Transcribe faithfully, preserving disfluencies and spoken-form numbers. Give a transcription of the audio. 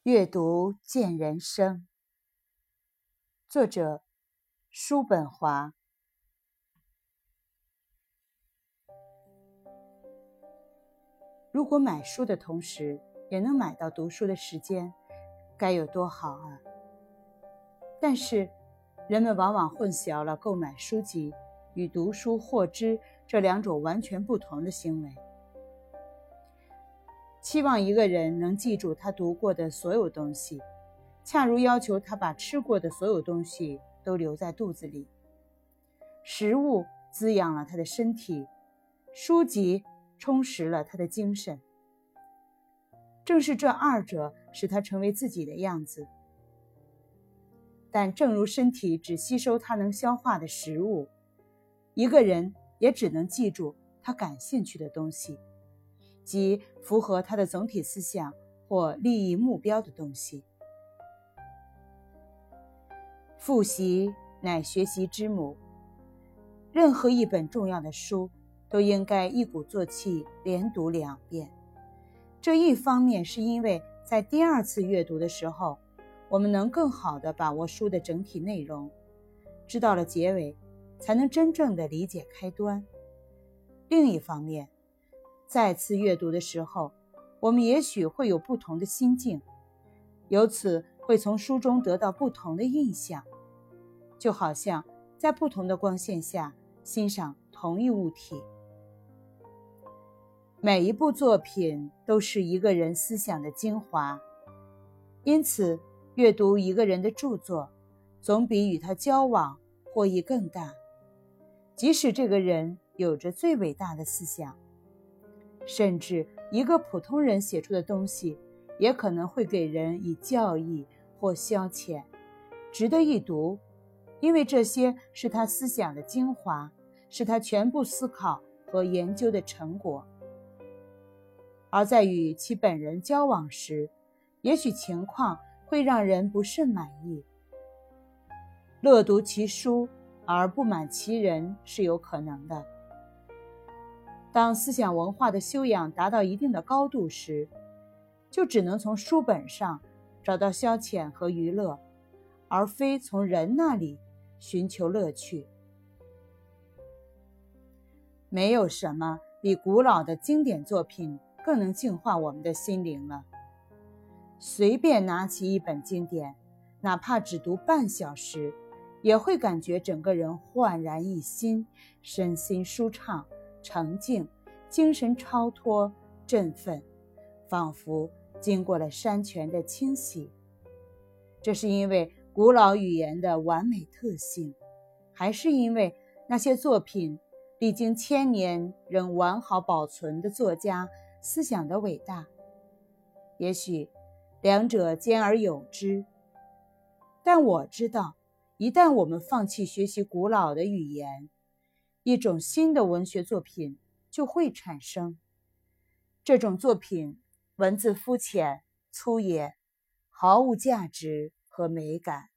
阅读见人生，作者叔本华。如果买书的同时也能买到读书的时间，该有多好啊！但是人们往往混淆了购买书籍与读书获知这两种完全不同的行为。期望一个人能记住他读过的所有东西，恰如要求他把吃过的所有东西都留在肚子里。食物滋养了他的身体，书籍充实了他的精神。正是这二者使他成为自己的样子。但正如身体只吸收他能消化的食物，一个人也只能记住他感兴趣的东西，即符合他的总体思想或利益目标的东西。复习乃学习之母，任何一本重要的书都应该一鼓作气连读两遍。这一方面是因为在第二次阅读的时候，我们能更好地把握书的整体内容，知道了结尾，才能真正地理解开端。另一方面，再次阅读的时候，我们也许会有不同的心境，由此会从书中得到不同的印象，就好像在不同的光线下欣赏同一物体。每一部作品都是一个人思想的精华，因此阅读一个人的著作，总比与他交往获益更大，即使这个人有着最伟大的思想。甚至一个普通人写出的东西，也可能会给人以教益或消遣，值得一读，因为这些是他思想的精华，是他全部思考和研究的成果。而在与其本人交往时，也许情况会让人不甚满意。乐读其书而不满其人是有可能的。当思想文化的修养达到一定的高度时，就只能从书本上找到消遣和娱乐，而非从人那里寻求乐趣。没有什么比古老的经典作品更能净化我们的心灵了。随便拿起一本经典，哪怕只读半小时，也会感觉整个人焕然一新，身心舒畅澄净，精神超脱振奋，仿佛经过了山泉的清洗。这是因为古老语言的完美特性，还是因为那些作品历经千年仍完好保存的作家思想的伟大？也许两者兼而有之，但我知道，一旦我们放弃学习古老的语言，一种新的文学作品就会产生。这种作品文字肤浅粗野，毫无价值和美感。